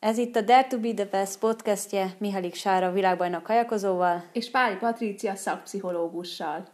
Ez itt a Dare to be the Best podcastje Mihalik Sára világbajnok kajakozóval és Páli Patrícia szakpszichológussal.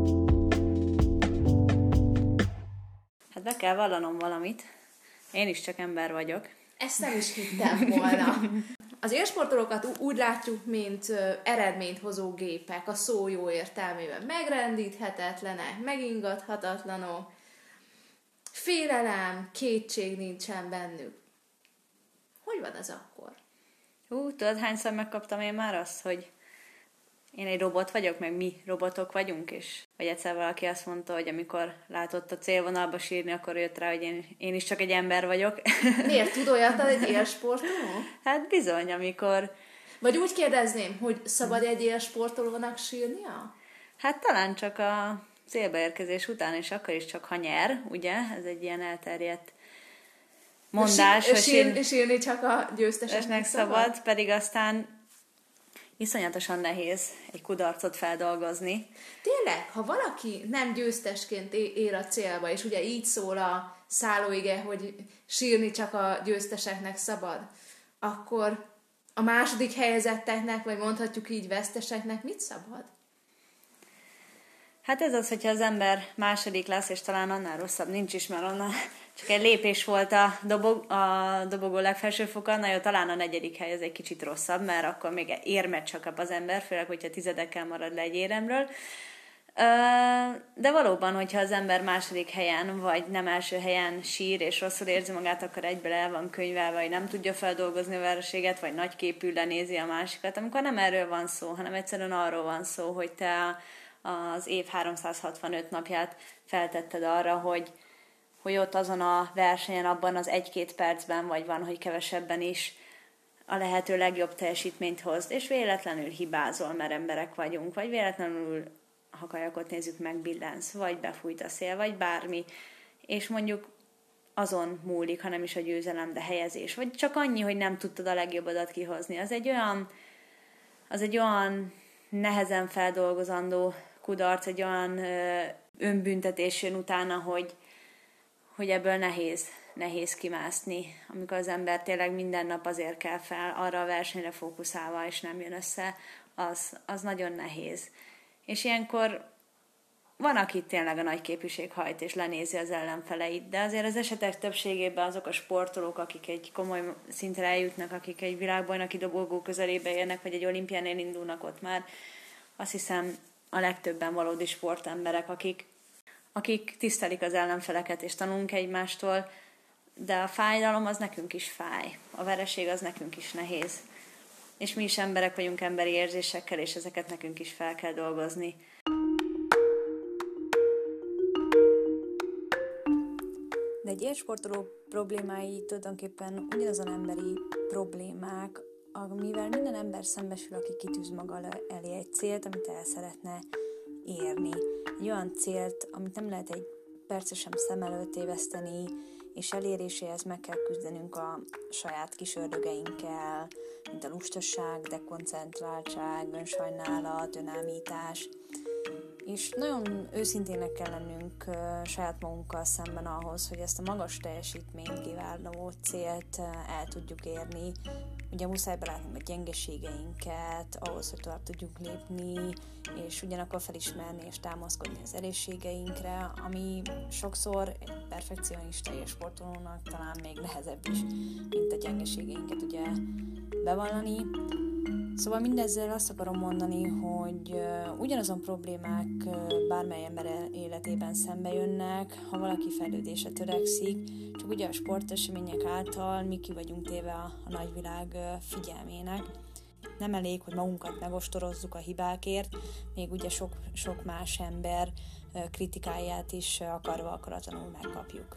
Hát be kell vallanom valamit. Én is csak ember vagyok. Ezt nem is hittem volna. Az élsportolókat úgy látjuk, mint eredményt hozó gépek, a szó jó értelmében. Megrendíthetetlenek, megingathatatlanok, félelem, kétség nincsen bennük. Hogy van ez akkor? Tudod, hányszor megkaptam én már azt, hogy én egy robot vagyok, meg mi robotok vagyunk, és vagy egyszer valaki azt mondta, hogy amikor látott a célvonalba sírni, akkor jött rá, hogy én is csak egy ember vagyok. Miért tud olyat egy élsportoló? Hát bizony, amikor... Vagy úgy kérdezném, hogy szabad egy élsportolónak sírnia? Hát talán csak a célbeérkezés után, és akkor is csak, ha nyer, ugye? Ez egy ilyen elterjedt mondás, hogy sírni csak a győzteseknek szabad, pedig aztán iszonyatosan nehéz egy kudarcot feldolgozni. Tényleg, ha valaki nem győztesként ér a célba, és ugye így szól a szállóige, hogy sírni csak a győzteseknek szabad, akkor a második helyezetteknek, vagy mondhatjuk így veszteseknek mit szabad? Hát ez az, hogyha az ember második lesz, és talán annál rosszabb nincs is, mert annál csak egy lépés volt a dobogó legfelső foka, na jó, talán a negyedik hely ez egy kicsit rosszabb, mert akkor még érmet csak kap az ember, főleg, hogyha tizedekkel marad le egy éremről. De valóban, hogyha az ember második helyen, vagy nem első helyen sír, és rosszul érzi magát, akkor egyből el van könyvelve, vagy nem tudja feldolgozni a vereséget, vagy nagyképű lenézi a másikat, amikor nem erről van szó, hanem egyszerűen arról van szó, hogy te az év 365 napját feltetted arra, hogy ott azon a versenyen, abban az 1-2 percben, vagy van, hogy kevesebben is a lehető legjobb teljesítményt hozd, és véletlenül hibázol, mert emberek vagyunk, vagy véletlenül, ha kajakot nézzük, megbillensz, vagy befújt a szél, vagy bármi, és mondjuk azon múlik, ha nem is a győzelem, de helyezés, vagy csak annyi, hogy nem tudtad a legjobbadat kihozni. Az egy olyan nehezen feldolgozandó kudarc, egy olyan önbüntetés jön utána, hogy ebből nehéz kimászni, amikor az ember tényleg minden nap azért kell fel, arra a versenyre fókuszálva, és nem jön össze, az nagyon nehéz. És ilyenkor van, aki tényleg a nagyképűség hajt, és lenézi az ellenfeleit, de azért az esetek többségében azok a sportolók, akik egy komoly szintre eljutnak, akik egy világbajnoki dobogó közelébe érnek, vagy egy olimpiánél indulnak, ott már azt hiszem a legtöbben valódi sportemberek, akik tisztelik az ellenfeleket, és tanulunk egymástól, de a fájdalom az nekünk is fáj. A vereség az nekünk is nehéz. És mi is emberek vagyunk emberi érzésekkel, és ezeket nekünk is fel kell dolgozni. De egy élsportoló problémái tulajdonképpen ugyanazon emberi problémák, amivel minden ember szembesül, aki kitűz maga elé egy célt, amit el szeretne érni. Egy olyan célt, amit nem lehet egy percre sem szem előtt éveszteni, és eléréséhez meg kell küzdenünk a saját kis ördögeinkkel, mint a lustaság, dekoncentráltság, önsajnálat, önállítás. És nagyon őszintének kell lennünk saját magunkkal szemben ahhoz, hogy ezt a magas teljesítményt kiváló célt el tudjuk érni. Ugye muszáj belátnunk a gyengeségeinket, ahhoz, hogy tovább tudjuk lépni, és ugyanakkor felismerni és támaszkodni az erősségeinkre, ami sokszor egy perfekcionista élsportolónak talán még nehezebb is, mint a gyengeségeinket ugye bevallani. Szóval mindezzel azt akarom mondani, hogy ugyanazon problémák bármely ember életében szembe jönnek, ha valaki fejlődésre törekszik, csak ugye a sportesemények által mi ki vagyunk téve a nagyvilág figyelmének. Nem elég, hogy magunkat megostorozzuk a hibákért, még ugye sok más ember kritikáját is akarva akaratlanul megkapjuk.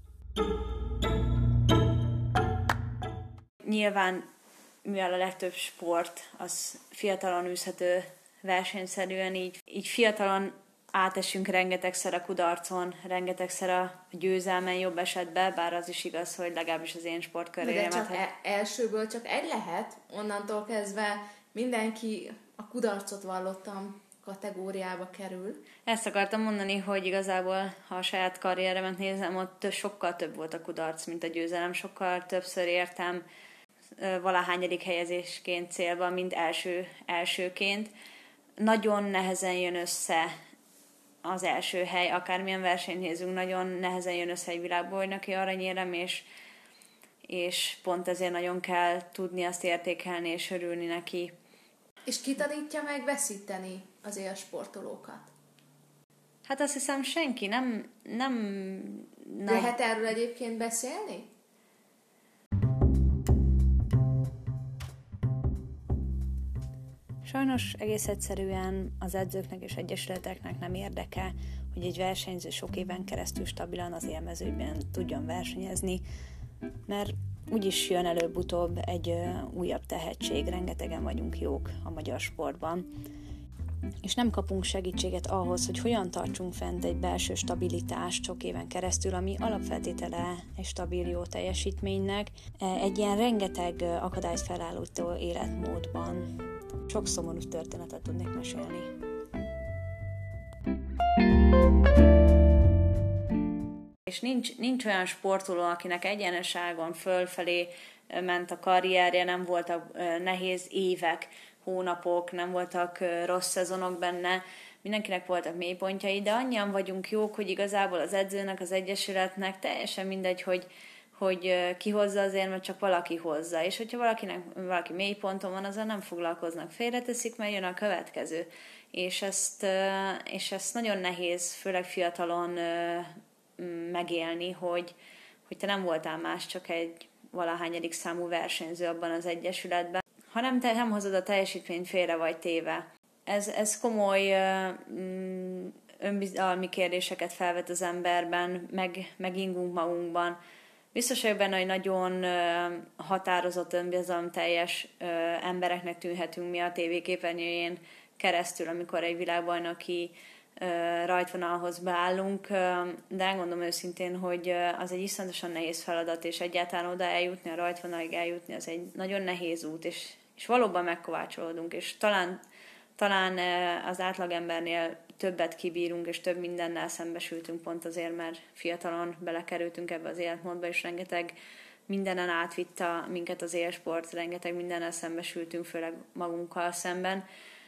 Nyilván mivel a legtöbb sport az fiatalon űzhető versenyszerűen, így fiatalon átesünk rengetegszer a kudarcon, rengetegszer a győzelmen jobb esetben, bár az is igaz, hogy legalábbis az én sportkarrieremet... De csak elsőből csak egy lehet, onnantól kezdve mindenki a kudarcot vallottam kategóriába kerül. Ezt akartam mondani, hogy igazából, ha a saját karrieremet nézem, ott sokkal több volt a kudarc, mint a győzelem, sokkal többször értem valahányadik helyezésként célba, mint elsőként. Nagyon nehezen jön össze az első hely, akármilyen versenyt nézünk, nagyon nehezen jön össze egy világbajnoki aranyérem, és pont ezért nagyon kell tudni azt értékelni és örülni neki. És ki tanítja meg veszíteni az élsportolókat? Hát azt hiszem senki, nem Lehet erről egyébként beszélni? Sajnos egész egyszerűen az edzőknek és egyesületeknek nem érdeke, hogy egy versenyző sok éven keresztül stabilan az élmezőnyben tudjon versenyezni, mert úgyis jön előbb-utóbb egy újabb tehetség, rengetegen vagyunk jók a magyar sportban, és nem kapunk segítséget ahhoz, hogy hogyan tartsunk fent egy belső stabilitást sok éven keresztül, ami alapfeltétele egy stabil jó teljesítménynek, egy ilyen rengeteg akadályt felállító életmódban. Sok szomorú történetet tudnék mesélni. És nincs olyan sportoló, akinek egyeneságon fölfelé ment a karrierje, nem voltak nehéz évek, hónapok, nem voltak rossz szezonok benne, mindenkinek voltak mélypontjai, de annyian vagyunk jók, hogy igazából az edzőnek, az egyesületnek teljesen mindegy, hogy ki hozza az érmet, csak valaki hozza. És hogyha valaki mélyponton van, azzal nem foglalkoznak, félreteszik, mert jön a következő. És ezt nagyon nehéz, főleg fiatalon megélni, hogy te nem voltál más, csak egy valahányadik számú versenyző abban az egyesületben. Ha nem hozod a teljesítményt, félre vagy téve. Ez komoly önbizalmi kérdéseket felvet az emberben, megingunk magunkban. Biztos vagyok benne, hogy nagyon határozott, önbizalomteljes embereknek tűnhetünk mi a tévéképernyőjén keresztül, amikor egy világbajnoki rajtvonalhoz beállunk, de elmondom őszintén, hogy az egy iszonyatosan nehéz feladat, és egyáltalán oda eljutni, a rajtvonalig eljutni, az egy nagyon nehéz út, és valóban megkovácsolódunk, és talán az átlagembernél többet kibírunk, és több mindennel szembesültünk pont azért, mert fiatalon belekerültünk ebbe az életmódba, és rengeteg mindenen átvitt minket az élsport, rengeteg mindennel szembesültünk, főleg magunkkal szemben.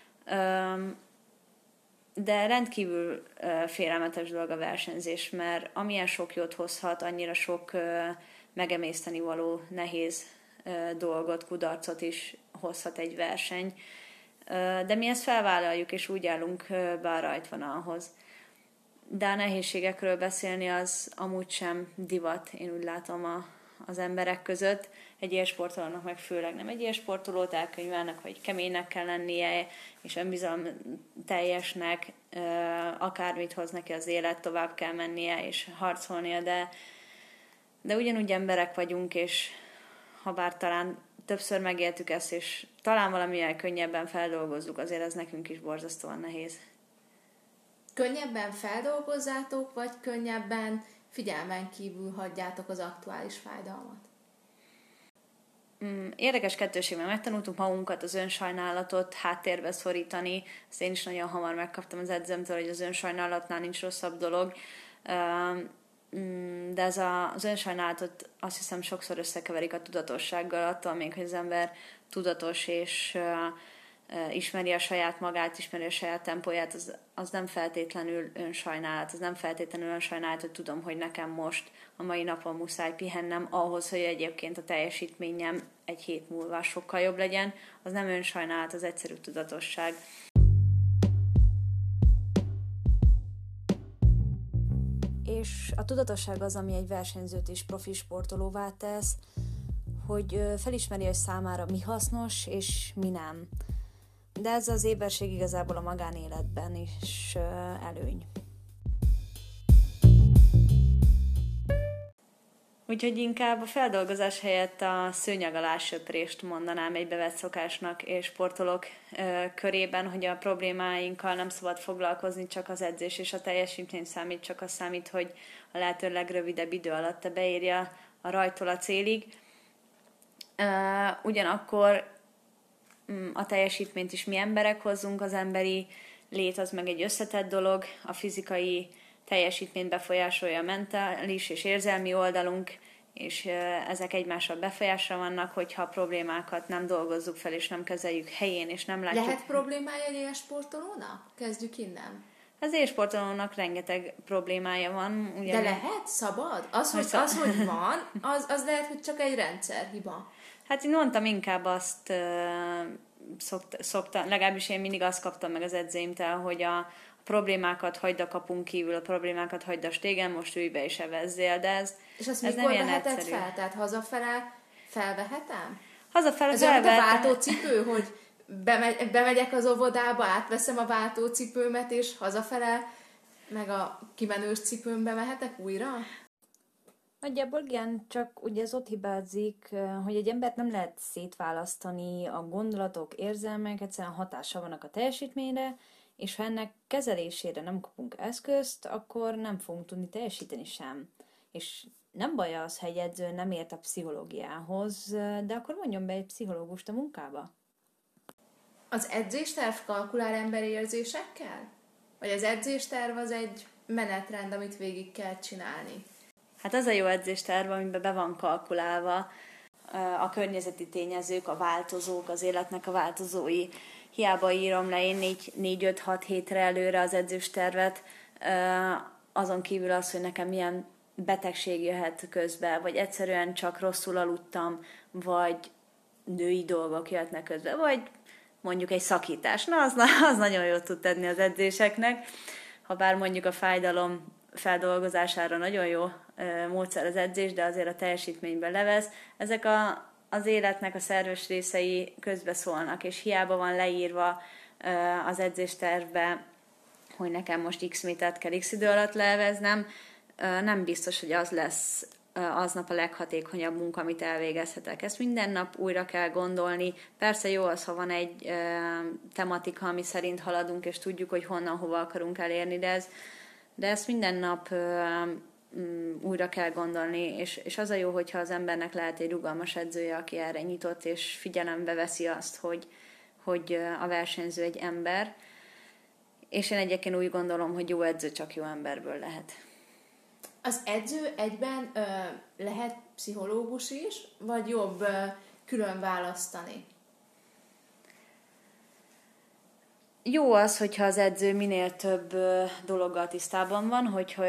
De rendkívül félelmetes dolog a versenyzés, mert amilyen sok jót hozhat, annyira sok megemészteni való nehéz dolgot, kudarcot is hozhat egy verseny. De mi ezt felvállaljuk, és úgy állunk be a rajtvonalhoz. De a nehézségekről beszélni az amúgy sem divat, én úgy látom az emberek között. Egy élsportolónak meg főleg nem egy élsportolót elkönyvelnek, hogy keménynek kell lennie, és önbizalom teljesnek, akármit hoz neki az élet, tovább kell mennie, és harcolnia, de ugyanúgy emberek vagyunk, és habár talán többször megéltük ezt, és talán valamilyen könnyebben feldolgozzuk, azért ez nekünk is borzasztóan nehéz. Könnyebben feldolgozzátok, vagy könnyebben figyelmen kívül hagyjátok az aktuális fájdalmat? Érdekes kettőségben megtanultuk magunkat, az önsajnálatot háttérbe szorítani. Ezt én is nagyon hamar megkaptam az edzőmtől, hogy az önsajnálatnál nincs rosszabb dolog. De az önsajnálatot azt hiszem sokszor összekeverik a tudatossággal, attól még, hogy az ember tudatos és ismeri a saját magát, ismeri a saját tempóját, az nem feltétlenül önsajnálat. Az nem feltétlenül önsajnálat, hogy tudom, hogy nekem most a mai napon muszáj pihennem ahhoz, hogy egyébként a teljesítményem egy hét múlva sokkal jobb legyen. Az nem önsajnálat, az egyszerű tudatosság. És a tudatosság az, ami egy versenyzőt is profi sportolóvá tesz, hogy felismeri, hogy számára mi hasznos és mi nem. De ez az éberség igazából a magánéletben is előny. Úgyhogy inkább a feldolgozás helyett a szőnyeg alá söprést mondanám egy bevett szokásnak és sportolók körében, hogy a problémáinkkal nem szabad foglalkozni, csak az edzés és a teljesítmény számít, csak az számít, hogy a lehető legrövidebb idő alatt te beérja a rajtól a célig. Ugyanakkor a teljesítményt is mi emberek hozzunk, az emberi lét az meg egy összetett dolog, a fizikai teljesítményt befolyásolja a mentális és érzelmi oldalunk, és ezek egymással befolyásra vannak, hogyha a problémákat nem dolgozzuk fel, és nem kezeljük helyén, és nem látjuk... Lehet problémája egy élsportolónak? Kezdjük innen. Az élsportolónak rengeteg problémája van. De lehet? Szabad? Az, hogy van, az lehet, hogy csak egy rendszerhiba. Hát én mondtam, inkább azt szoktam, legalábbis én mindig azt kaptam meg az edzőimtől, hogy a problémákat hagyd a kapunk kívül, a problémákat hagyd a stégen, most ülj be és evezzél, de ez és ez mikor nem veheted egyszerű. fel? Tehát hazafele felvehetem? Hazafele ez olyan, mint a váltócipő, hogy bemegyek az óvodába, átveszem a váltócipőmet, és hazafele meg a kimenős cipőmbe mehetek újra? Nagyjából igen, csak ugye ez ott hibázik, hogy egy embert nem lehet szétválasztani, a gondolatok, érzelmek egyszerűen hatással vannak a teljesítményre, és ha ennek kezelésére nem kapunk eszközt, akkor nem fogunk tudni teljesíteni sem. És nem baj az, ha egy edző nem ért a pszichológiához, de akkor mondjon be egy pszichológust a munkába. Az edzésterv kalkulál emberi érzésekkel? Vagy az edzésterv az egy menetrend, amit végig kell csinálni? Hát az a jó edzésterv, amiben be van kalkulálva a környezeti tényezők, a változók, az életnek a változói. Hiába írom le én 4-5-6 hétre előre az edzéstervet, azon kívül az, hogy nekem milyen betegség jöhet közbe, vagy egyszerűen csak rosszul aludtam, vagy női dolgok jöhetnek közbe, vagy mondjuk egy szakítás. Na, az nagyon jót tud tenni az edzéseknek, ha bár mondjuk a fájdalom feldolgozására nagyon jó módszer az edzés, de azért a teljesítményben levesz. Ezek az életnek a szerves részei közbeszólnak, és hiába van leírva az edzéstervbe, hogy nekem most x métert kell x idő alatt leveznem, nem biztos, hogy az lesz aznap a leghatékonyabb munka, amit elvégezhetek. Ezt minden nap újra kell gondolni. Persze jó az, ha van egy tematika, ami szerint haladunk, és tudjuk, hogy honnan, hova akarunk elérni, de ezt minden nap újra kell gondolni, és az a jó, hogyha az embernek lehet egy rugalmas edzője, aki erre nyitott, és figyelembe veszi azt, hogy a versenyző egy ember, és én egyébként úgy gondolom, hogy jó edző csak jó emberből lehet. Az edző egyben lehet pszichológus is, vagy jobb külön választani? Jó az, hogyha az edző minél több dologgal tisztában van,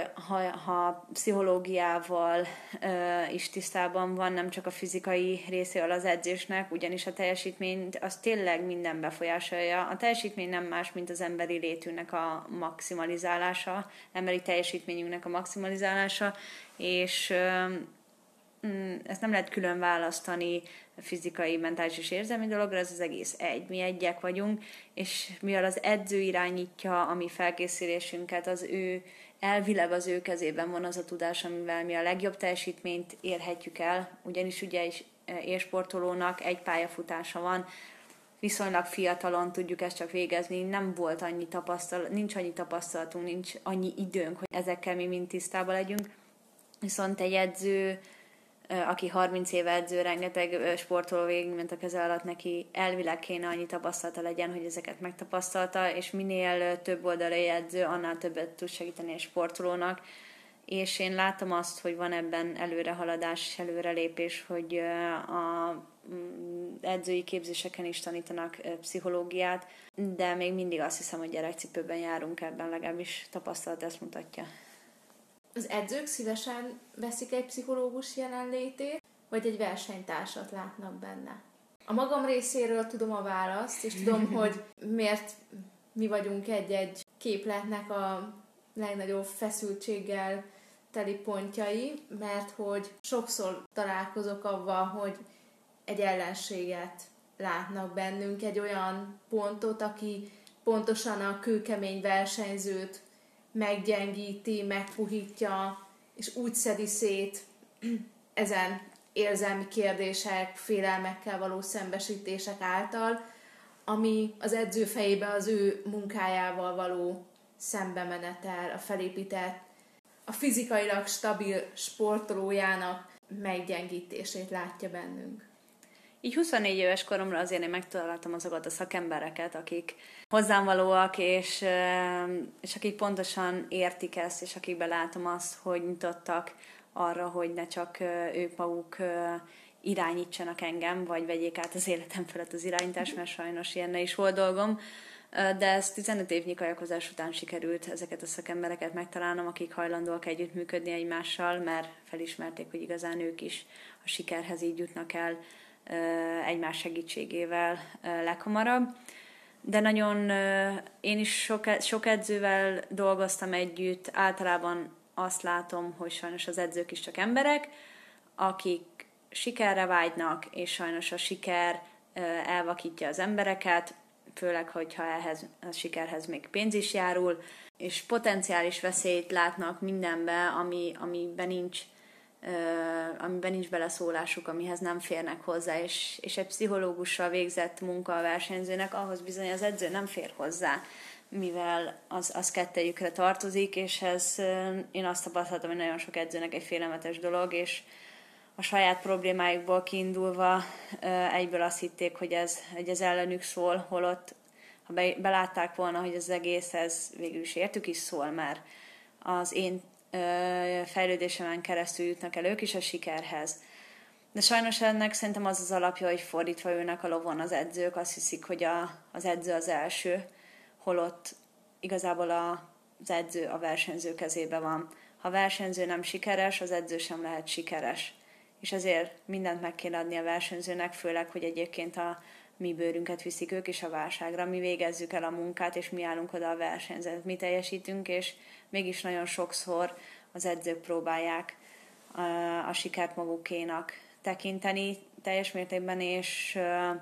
ha pszichológiával is tisztában van, nem csak a fizikai részével az edzésnek, ugyanis a teljesítményt az tényleg minden befolyásolja. A teljesítmény nem más, mint az emberi létünknek a maximalizálása, emberi teljesítményünknek a maximalizálása, és ezt nem lehet külön választani fizikai, mentális és érzelmi dologra, ez az egész egy. Mi egyek vagyunk, és mivel az edző irányítja a mi felkészülésünket, elvileg az ő kezében van az a tudás, amivel mi a legjobb teljesítményt érhetjük el, ugyanis ugye egy élsportolónak egy pályafutása van, viszonylag fiatalon tudjuk ezt csak végezni, nincs annyi tapasztalatunk, nincs annyi időnk, hogy ezekkel mi mind tisztában legyünk, viszont egy edző, aki 30 éve edző, rengeteg sportoló végigment a keze alatt, neki elvileg kéne annyi tapasztalata legyen, hogy ezeket megtapasztalta, és minél több oldalai edző, annál többet tud segíteni a sportolónak. És én látom azt, hogy van ebben előrehaladás és előrelépés, hogy a edzői képzéseken is tanítanak pszichológiát, de még mindig azt hiszem, hogy gyerekcipőben járunk ebben, legalábbis tapasztalat ezt mutatja. Az edzők szívesen veszik egy pszichológus jelenlétét, vagy egy versenytársat látnak benne? A magam részéről tudom a választ, és tudom, hogy miért mi vagyunk egy-egy képletnek a legnagyobb feszültséggel teli pontjai, mert hogy sokszor találkozok avval, hogy egy ellenséget látnak bennünk, egy olyan pontot, aki pontosan a kőkemény versenyzőt meggyengíti, megpuhítja, és úgy szedi szét ezen érzelmi kérdések, félelmekkel való szembesítések által, ami az edző fejébe az ő munkájával való szembemenetel, a felépített, a fizikailag stabil sportolójának meggyengítését látja bennünk. Így 24 éves koromra azért én megtaláltam azokat a szakembereket, akik hozzám valóak, és akik pontosan értik ezt, és akikben látom azt, hogy nyitottak arra, hogy ne csak ők maguk irányítsanak engem, vagy vegyék át az életem felett az irányítást, mert sajnos ilyenne is volt dolgom. De ez 15 évnyi kajakozás után sikerült ezeket a szakembereket megtalálnom, akik hajlandóak együttműködni egymással, mert felismerték, hogy igazán ők is a sikerhez így jutnak el egymás segítségével leghamarabb. De nagyon, én is sok edzővel dolgoztam együtt, általában azt látom, hogy sajnos az edzők is csak emberek, akik sikerre vágynak, és sajnos a siker elvakítja az embereket, főleg, hogyha ehhez a sikerhez még pénz is járul, és potenciális veszélyt látnak mindenbe, amiben nincs beleszólásuk, amihez nem férnek hozzá, és egy pszichológussal végzett munka a versenyzőnek, ahhoz bizony az edző nem fér hozzá, mivel az kettejükre tartozik, és ez én azt tapasztaltam, hogy nagyon sok edzőnek egy félelmetes dolog, és a saját problémáikból kiindulva egyből azt hitték, hogy ez ellenük szól, holott ha belátták volna, hogy az egész ez végül is értük is szól, mert az én fejlődésemen keresztül jutnak el ők is a sikerhez. De sajnos ennek szerintem az az alapja, hogy fordítva ülnek a lovon az edzők, azt hiszik, hogy az edző az első, holott igazából az edző a versenyző kezébe van. Ha a versenyző nem sikeres, az edző sem lehet sikeres. És ezért mindent meg kéne adni a versenyzőnek, főleg, hogy egyébként a mi bőrünket viszik ők is a válságra, mi végezzük el a munkát, és mi állunk oda a versenyzőt, mi teljesítünk, és mégis nagyon sokszor az edzők próbálják a sikert magukénak tekinteni teljes mértékben, és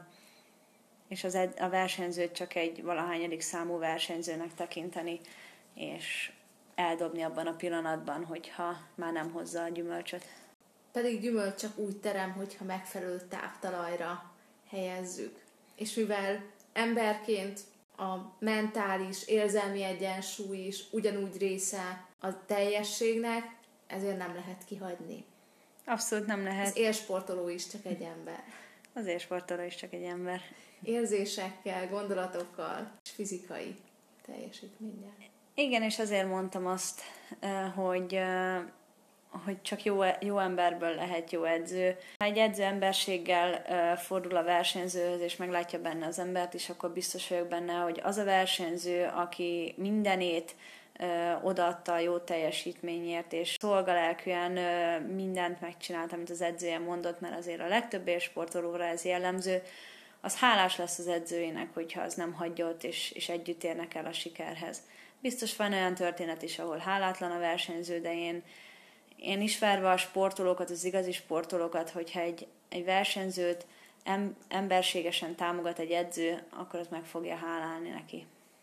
a versenyzőt csak egy valahányadik számú versenyzőnek tekinteni, és eldobni abban a pillanatban, hogyha már nem hozza a gyümölcsöt. Pedig gyümölcs csak úgy terem, hogyha megfelelő táptalajra helyezzük. És mivel emberként a mentális, érzelmi egyensúly is ugyanúgy része a teljességnek, ezért nem lehet kihagyni. Abszolút nem lehet. Az élsportoló is csak egy ember. Az élsportoló is csak egy ember. Érzésekkel, gondolatokkal és fizikai teljesítménnyel. Igen, és azért mondtam azt, hogy csak jó emberből lehet jó edző. Ha egy edző emberséggel fordul a versenyzőhöz, és meglátja benne az embert is, akkor biztos vagyok benne, hogy az a versenyző, aki mindenét odaadta a jó teljesítményért, és szolgalelkűen mindent megcsinált, amit az edzője mondott, mert azért a legtöbb élsportolóra ez jellemző, az hálás lesz az edzőjének, hogyha az nem hagyja ott, és együtt érnek el a sikerhez. Biztos van olyan történet is, ahol hálátlan a versenyző, de én ismerve a sportolókat, az igazi sportolókat, hogyha egy versenyzőt emberségesen támogat egy edző, akkor az meg fogja hálálni neki.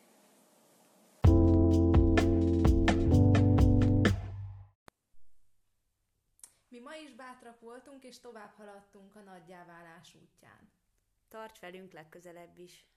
Mi ma is bátrak voltunk, és tovább haladtunk a nagyjáválás útján. Tarts velünk legközelebb is!